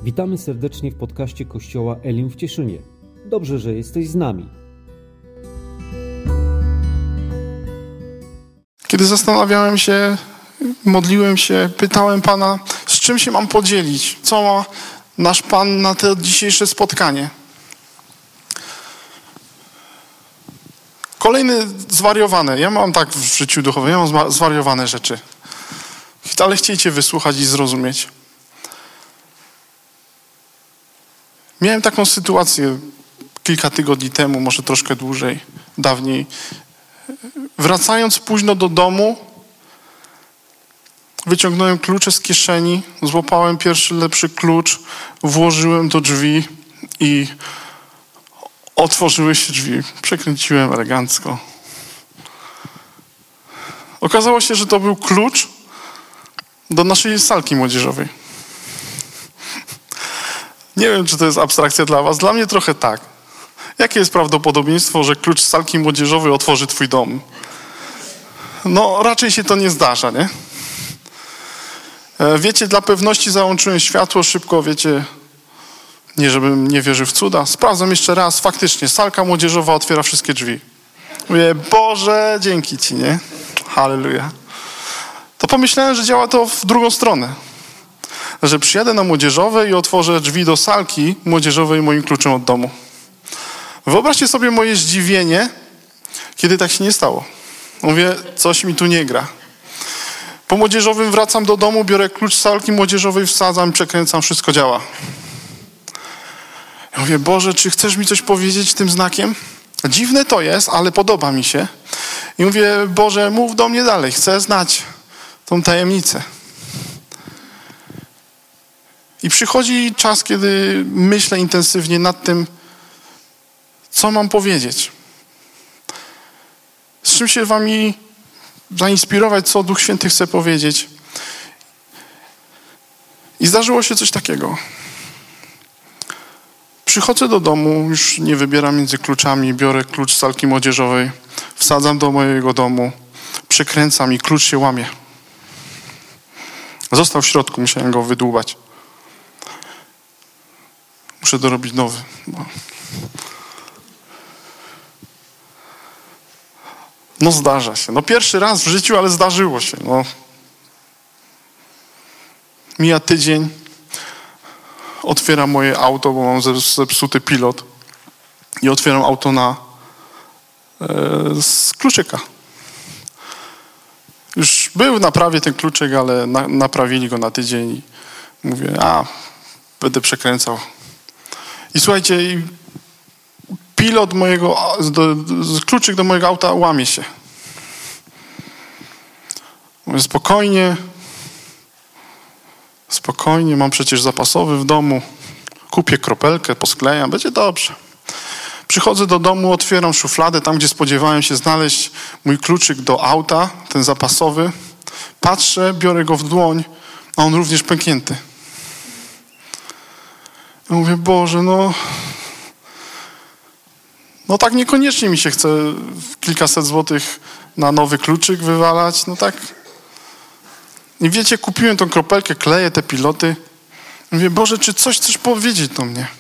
Witamy serdecznie w podcaście Kościoła Elim w Cieszynie. Dobrze, że jesteś z nami. Kiedy zastanawiałem się, modliłem się, pytałem Pana, z czym się mam podzielić? Co ma nasz Pan na to dzisiejsze spotkanie? Kolejny zwariowane. Ja mam tak w życiu duchowym, ja mam zwariowane rzeczy. Ale chciejcie wysłuchać i zrozumieć. Miałem taką sytuację kilka tygodni temu, może troszkę dłużej, dawniej. Wracając późno do domu, wyciągnąłem klucze z kieszeni, złapałem pierwszy lepszy klucz, włożyłem do drzwi i otworzyły się drzwi. Przekręciłem elegancko. Okazało się, że to był klucz do naszej salki młodzieżowej. Nie wiem, czy to jest abstrakcja dla was. Dla mnie trochę tak. Jakie jest prawdopodobieństwo, że klucz z salki młodzieżowej otworzy twój dom? No, raczej się to nie zdarza, nie? Wiecie, dla pewności załączyłem światło szybko, wiecie, nie żebym nie wierzył w cuda. Sprawdzam jeszcze raz, faktycznie, salka młodzieżowa otwiera wszystkie drzwi. Mówię, Boże, dzięki Ci, nie? Halleluja. To pomyślałem, że działa to w drugą stronę. Że przyjadę na młodzieżowe i otworzę drzwi do salki młodzieżowej moim kluczem od domu. Wyobraźcie sobie moje zdziwienie, kiedy tak się nie stało. Mówię, coś mi tu nie gra. Po młodzieżowym wracam do domu, biorę klucz z salki młodzieżowej, wsadzam, przekręcam, wszystko działa. Ja mówię, Boże, czy chcesz mi coś powiedzieć tym znakiem? Dziwne to jest, ale podoba mi się. I mówię, Boże, mów do mnie dalej, chcę znać tą tajemnicę. I przychodzi czas, kiedy myślę intensywnie nad tym, co mam powiedzieć. Z czym się wami zainspirować, co Duch Święty chce powiedzieć. I zdarzyło się coś takiego. Przychodzę do domu, już nie wybieram między kluczami, biorę klucz z salki młodzieżowej, wsadzam do mojego domu, przekręcam i klucz się łamie. Został w środku, musiałem go wydłubać. Muszę dorobić nowy. No zdarza się. No pierwszy raz w życiu, ale zdarzyło się. No. Mija tydzień. Otwieram moje auto, bo mam zepsuty pilot. I otwieram auto z kluczyka. Już był w naprawie ten kluczyk, ale naprawili go na tydzień. I mówię, będę przekręcał. I słuchajcie, pilot kluczyk do mojego auta łamie się. Mówię, spokojnie, mam przecież zapasowy w domu. Kupię kropelkę, posklejam, będzie dobrze. Przychodzę do domu, otwieram szufladę, tam gdzie spodziewałem się znaleźć mój kluczyk do auta, ten zapasowy. Patrzę, biorę go w dłoń, a on również pęknięty. Ja mówię, Boże, no tak niekoniecznie mi się chce kilkaset złotych na nowy kluczyk wywalać, no tak. I wiecie, kupiłem tą kropelkę, kleję te piloty. Mówię, Boże, czy coś chcesz powiedzieć do mnie?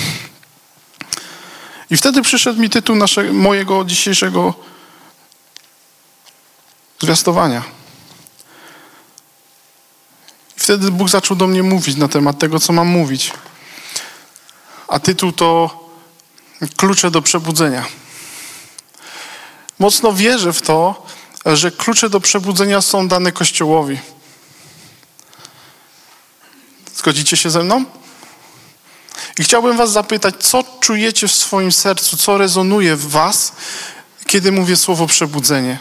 I wtedy przyszedł mi tytuł mojego dzisiejszego zwiastowania. I wtedy Bóg zaczął do mnie mówić na temat tego, co mam mówić. A tytuł to Klucze do przebudzenia. Mocno wierzę w to, że klucze do przebudzenia są dane Kościołowi. Zgodzicie się ze mną? I chciałbym was zapytać, co czujecie w swoim sercu, co rezonuje w was, kiedy mówię słowo przebudzenie?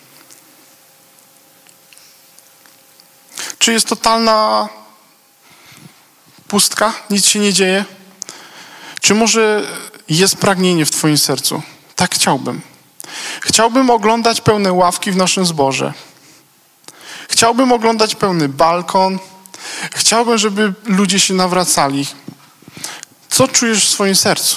Czy jest totalna pustka? Nic się nie dzieje? Czy może jest pragnienie w twoim sercu? Tak chciałbym. Chciałbym oglądać pełne ławki w naszym zborze. Chciałbym oglądać pełny balkon. Chciałbym, żeby ludzie się nawracali. Co czujesz w swoim sercu?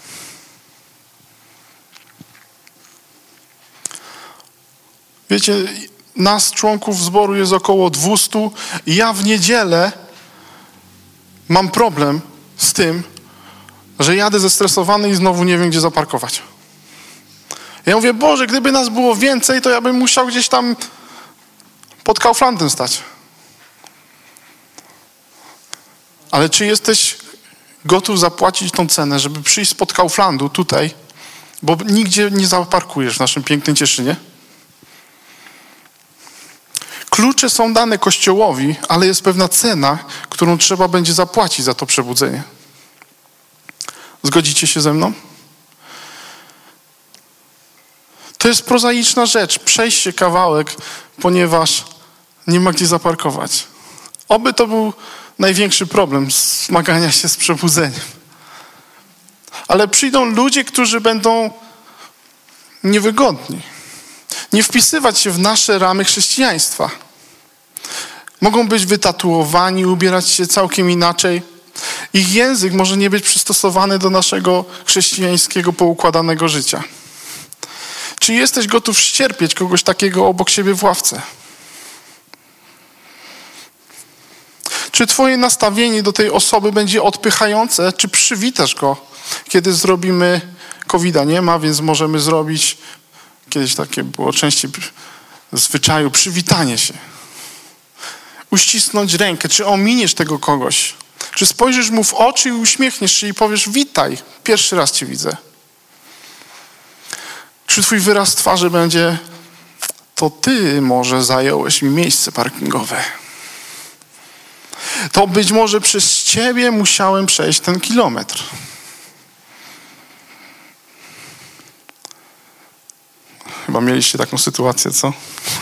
Wiecie, nas członków zboru jest około 200 i ja w niedzielę mam problem z tym, że jadę zestresowany i znowu nie wiem, gdzie zaparkować. Ja mówię, Boże, gdyby nas było więcej, to ja bym musiał gdzieś tam pod Kauflandem stać. Ale czy jesteś gotów zapłacić tą cenę, żeby przyjść spod Kauflandu tutaj, bo nigdzie nie zaparkujesz w naszym pięknym Cieszynie? Klucze są dane Kościołowi, ale jest pewna cena, którą trzeba będzie zapłacić za to przebudzenie. Zgodzicie się ze mną? To jest prozaiczna rzecz, przejść się kawałek, ponieważ nie ma gdzie zaparkować. Oby to był największy problem zmagania się z przebudzeniem. Ale przyjdą ludzie, którzy będą niewygodni. Nie wpisywać się w nasze ramy chrześcijaństwa. Mogą być wytatuowani, ubierać się całkiem inaczej. Ich język może nie być przystosowany do naszego chrześcijańskiego poukładanego życia. Czy jesteś gotów ścierpieć kogoś takiego obok siebie w ławce? Czy twoje nastawienie do tej osoby będzie odpychające, czy przywitasz go, kiedy zrobimy COVID-a? Nie ma, więc możemy zrobić, kiedyś takie było częściej w zwyczaju, przywitanie się. Uścisnąć rękę, czy ominiesz tego kogoś? Czy spojrzysz mu w oczy i uśmiechniesz się i powiesz, witaj, pierwszy raz cię widzę. Czy twój wyraz twarzy będzie, to ty może zająłeś mi miejsce parkingowe. To być może przez ciebie musiałem przejść ten kilometr. Chyba mieliście taką sytuację, co?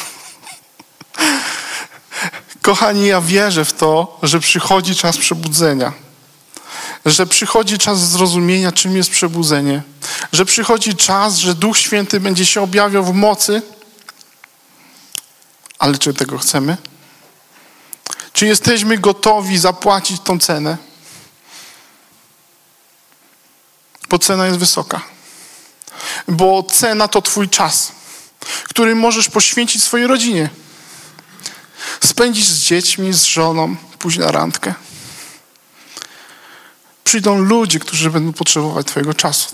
Kochani, ja wierzę w to, że przychodzi czas przebudzenia. Że przychodzi czas zrozumienia, czym jest przebudzenie. Że przychodzi czas, że Duch Święty będzie się objawiał w mocy. Ale czy tego chcemy? Czy jesteśmy gotowi zapłacić tą cenę? Bo cena jest wysoka. Bo cena to twój czas, który możesz poświęcić swojej rodzinie. Spędzisz z dziećmi, z żoną, pójść na randkę. Przyjdą ludzie, którzy będą potrzebować twojego czasu.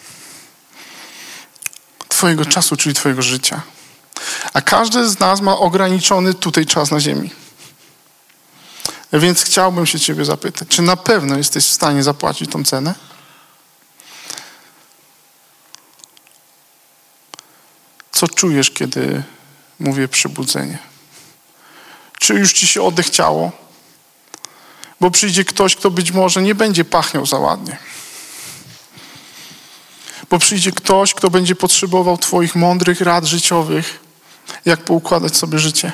Twojego czasu, czyli twojego życia. A każdy z nas ma ograniczony tutaj czas na ziemi. Więc chciałbym się ciebie zapytać, czy na pewno jesteś w stanie zapłacić tą cenę? Co czujesz, kiedy mówię przebudzenie? Czy już ci się odechciało? Bo przyjdzie ktoś, kto być może nie będzie pachniał za ładnie. Bo przyjdzie ktoś, kto będzie potrzebował twoich mądrych rad życiowych, jak poukładać sobie życie.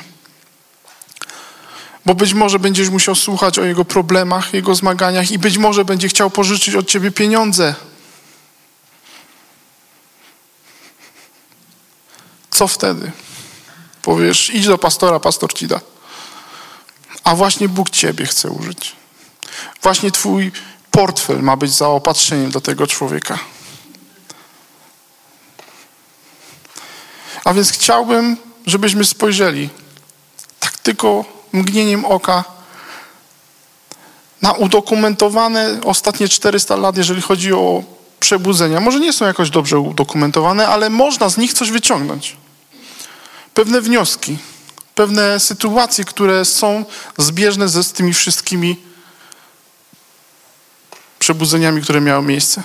Bo być może będziesz musiał słuchać o jego problemach, jego zmaganiach i być może będzie chciał pożyczyć od ciebie pieniądze. Co wtedy? Powiesz, idź do pastora, pastor ci da. A właśnie Bóg ciebie chce użyć. Właśnie twój portfel ma być zaopatrzeniem dla tego człowieka. A więc chciałbym, żebyśmy spojrzeli tak tylko mgnieniem oka na udokumentowane ostatnie 400 lat, jeżeli chodzi o przebudzenia. Może nie są jakoś dobrze udokumentowane, ale można z nich coś wyciągnąć. Pewne wnioski, pewne sytuacje, które są zbieżne z tymi wszystkimi przebudzeniami, które miały miejsce.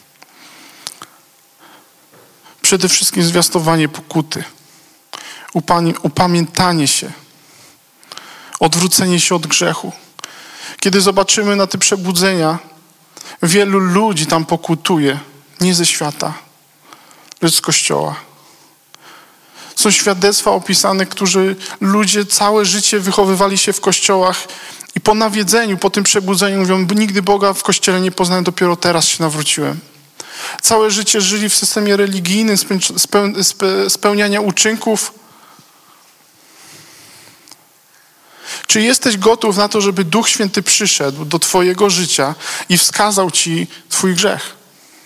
Przede wszystkim zwiastowanie pokuty, upamiętanie się, odwrócenie się od grzechu. Kiedy zobaczymy na te przebudzenia, wielu ludzi tam pokutuje, nie ze świata, lecz z Kościoła. Są świadectwa opisane, którzy ludzie całe życie wychowywali się w kościołach i po nawiedzeniu, po tym przebudzeniu mówią, nigdy Boga w Kościele nie poznałem, dopiero teraz się nawróciłem. Całe życie żyli w systemie religijnym, spełniania uczynków. Czy jesteś gotów na to, żeby Duch Święty przyszedł do twojego życia i wskazał ci twój grzech?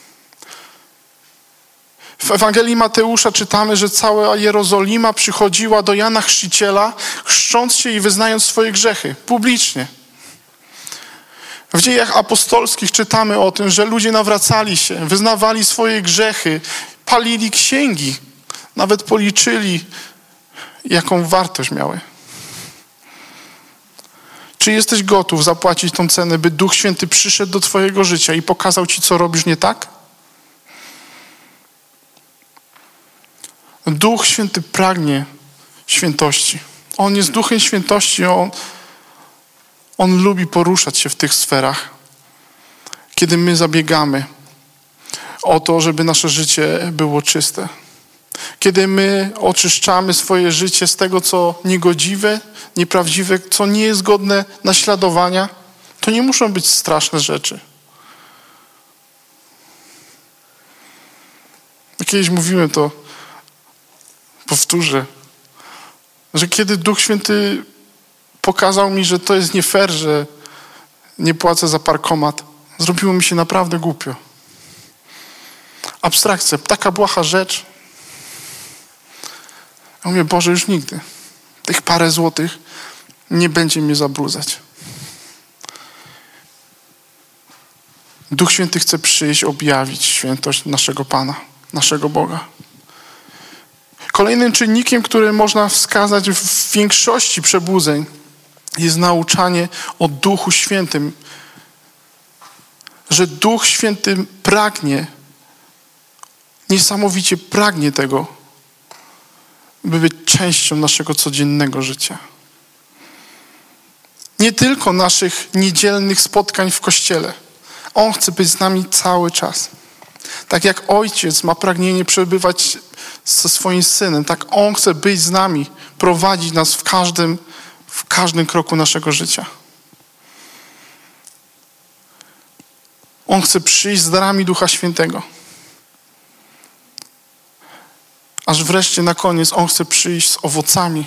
W Ewangelii Mateusza czytamy, że cała Jerozolima przychodziła do Jana Chrzciciela, chrzcząc się i wyznając swoje grzechy publicznie. W dziejach apostolskich czytamy o tym, że ludzie nawracali się, wyznawali swoje grzechy, palili księgi, nawet policzyli, jaką wartość miały. Czy jesteś gotów zapłacić tą cenę, by Duch Święty przyszedł do twojego życia i pokazał ci, co robisz nie tak? Duch Święty pragnie świętości. On jest Duchem Świętości. On lubi poruszać się w tych sferach. Kiedy my zabiegamy o to, żeby nasze życie było czyste. Kiedy my oczyszczamy swoje życie z tego, co niegodziwe, nieprawdziwe, co nie jest godne naśladowania, to nie muszą być straszne rzeczy. Kiedyś mówiłem to, powtórzę, że kiedy Duch Święty pokazał mi, że to jest nie fair, że nie płacę za parkomat, zrobiło mi się naprawdę głupio. Abstrakcja, taka błaha rzecz. Ja mówię, Boże, już nigdy. Tych parę złotych nie będzie mnie zabrudzać. Duch Święty chce przyjść, objawić świętość naszego Pana, naszego Boga. Kolejnym czynnikiem, który można wskazać w większości przebudzeń, jest nauczanie o Duchu Świętym. Że Duch Święty pragnie, niesamowicie pragnie tego, by być częścią naszego codziennego życia. Nie tylko naszych niedzielnych spotkań w Kościele. On chce być z nami cały czas. Tak jak Ojciec ma pragnienie przebywać ze swoim Synem, tak On chce być z nami, prowadzić nas w każdym kroku naszego życia. On chce przyjść z darami Ducha Świętego. Aż wreszcie na koniec On chce przyjść z owocami.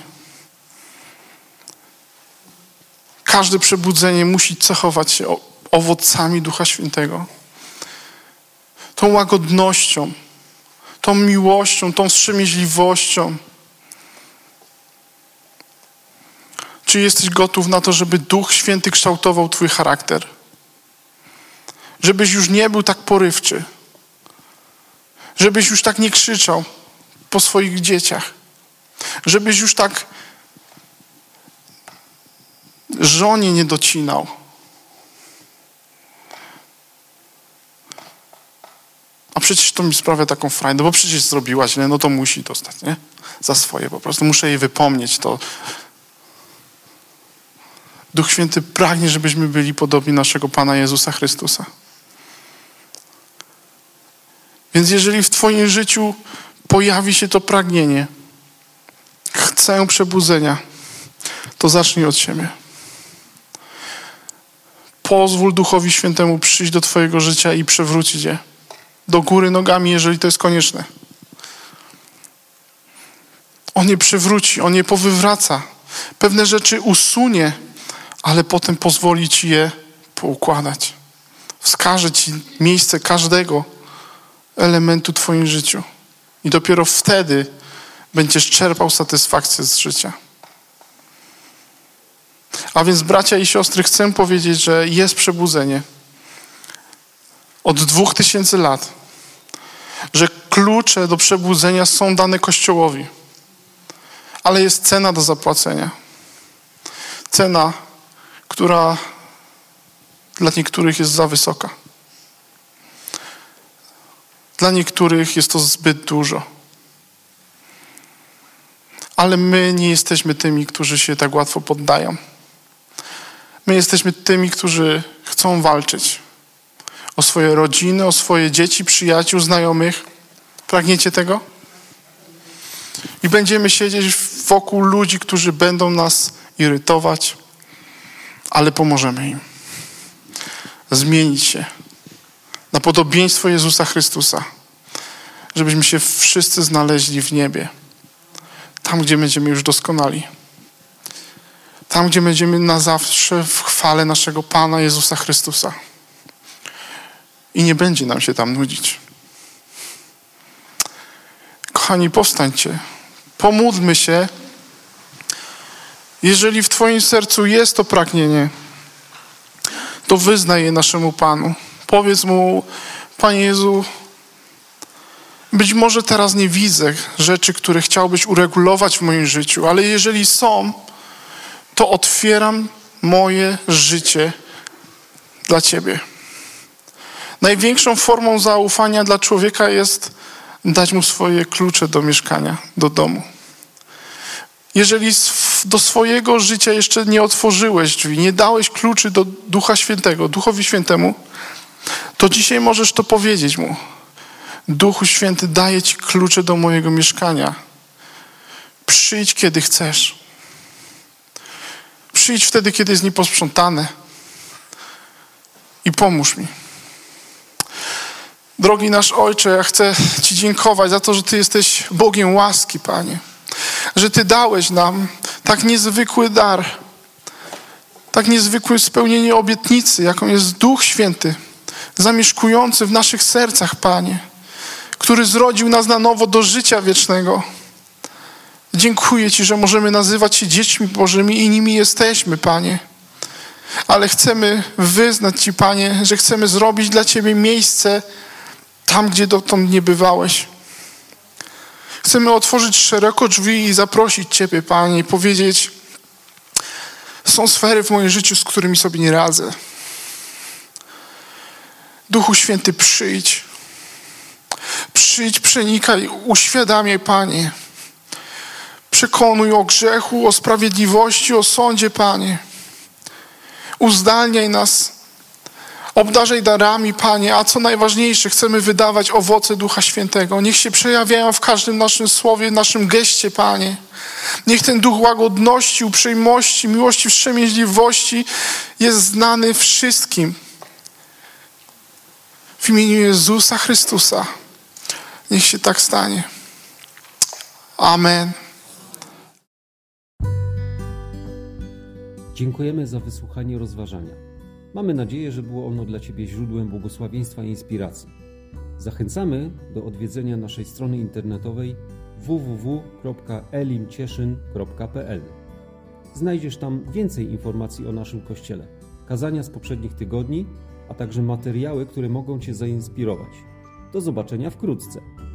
Każde przebudzenie musi cechować się owocami Ducha Świętego. Tą łagodnością, tą miłością, tą wstrzemięźliwością. Czy jesteś gotów na to, żeby Duch Święty kształtował twój charakter? Żebyś już nie był tak porywczy. Żebyś już tak nie krzyczał po swoich dzieciach. Żebyś już tak żonie nie docinał. A przecież to mi sprawia taką frajdę, bo przecież zrobiła źle, no to musi dostać, nie? Za swoje po prostu. Muszę jej wypomnieć to. Duch Święty pragnie, żebyśmy byli podobni naszego Pana Jezusa Chrystusa. Więc jeżeli w twoim życiu pojawi się to pragnienie, chcę przebudzenia, to zacznij od siebie. Pozwól Duchowi Świętemu przyjść do twojego życia i przewrócić je do góry nogami, jeżeli to jest konieczne. On je przywróci, On je powywraca. Pewne rzeczy usunie, ale potem pozwoli ci je poukładać. Wskaże ci miejsce każdego elementu w twoim życiu. I dopiero wtedy będziesz czerpał satysfakcję z życia. A więc, bracia i siostry, chcę powiedzieć, że jest przebudzenie. Od 2000 lat. Że klucze do przebudzenia są dane Kościołowi. Ale jest cena do zapłacenia. Cena, która dla niektórych jest za wysoka. Dla niektórych jest to zbyt dużo. Ale my nie jesteśmy tymi, którzy się tak łatwo poddają. My jesteśmy tymi, którzy chcą walczyć o swoje rodziny, o swoje dzieci, przyjaciół, znajomych. Pragniecie tego? I będziemy siedzieć wokół ludzi, którzy będą nas irytować, ale pomożemy im zmienić się na podobieństwo Jezusa Chrystusa, żebyśmy się wszyscy znaleźli w niebie. Tam, gdzie będziemy już doskonali. Tam, gdzie będziemy na zawsze w chwale naszego Pana Jezusa Chrystusa. I nie będzie nam się tam nudzić. Kochani, powstańcie. Pomódlmy się. Jeżeli w twoim sercu jest to pragnienie, to wyznaj je naszemu Panu. Powiedz Mu: Panie Jezu, być może teraz nie widzę rzeczy, które chciałbyś uregulować w moim życiu, ale jeżeli są, to otwieram moje życie dla Ciebie. Największą formą zaufania dla człowieka jest dać mu swoje klucze do mieszkania, do domu. Jeżeli do swojego życia jeszcze nie otworzyłeś drzwi, nie dałeś kluczy do Ducha Świętego, Duchowi Świętemu, to dzisiaj możesz to powiedzieć Mu: Duchu Święty, daję Ci klucze do mojego mieszkania. Przyjdź, kiedy chcesz. Przyjdź wtedy, kiedy jest nieposprzątane. I pomóż mi. Drogi nasz Ojcze, ja chcę Ci dziękować za to, że Ty jesteś Bogiem łaski, Panie. Że Ty dałeś nam tak niezwykły dar, tak niezwykłe spełnienie obietnicy, jaką jest Duch Święty, zamieszkujący w naszych sercach, Panie, który zrodził nas na nowo do życia wiecznego. Dziękuję Ci, że możemy nazywać się dziećmi Bożymi i nimi jesteśmy, Panie. Ale chcemy wyznać Ci, Panie, że chcemy zrobić dla Ciebie miejsce tam, gdzie dotąd nie bywałeś. Chcemy otworzyć szeroko drzwi i zaprosić Ciebie, Panie, i powiedzieć: są sfery w moim życiu, z którymi sobie nie radzę. Duchu Święty, przyjdź. Przyjdź, przenikaj, uświadamiaj, Panie. Przekonuj o grzechu, o sprawiedliwości, o sądzie, Panie. Uzdalniaj nas. Obdarzaj darami, Panie, a co najważniejsze, chcemy wydawać owoce Ducha Świętego. Niech się przejawiają w każdym naszym słowie, naszym geście, Panie. Niech ten duch łagodności, uprzejmości, miłości, wstrzemięźliwości jest znany wszystkim. W imieniu Jezusa Chrystusa. Niech się tak stanie. Amen. Dziękujemy za wysłuchanie rozważania. Mamy nadzieję, że było ono dla Ciebie źródłem błogosławieństwa i inspiracji. Zachęcamy do odwiedzenia naszej strony internetowej www.elimcieszyn.pl. Znajdziesz tam więcej informacji o naszym Kościele, kazania z poprzednich tygodni, a także materiały, które mogą Cię zainspirować. Do zobaczenia wkrótce.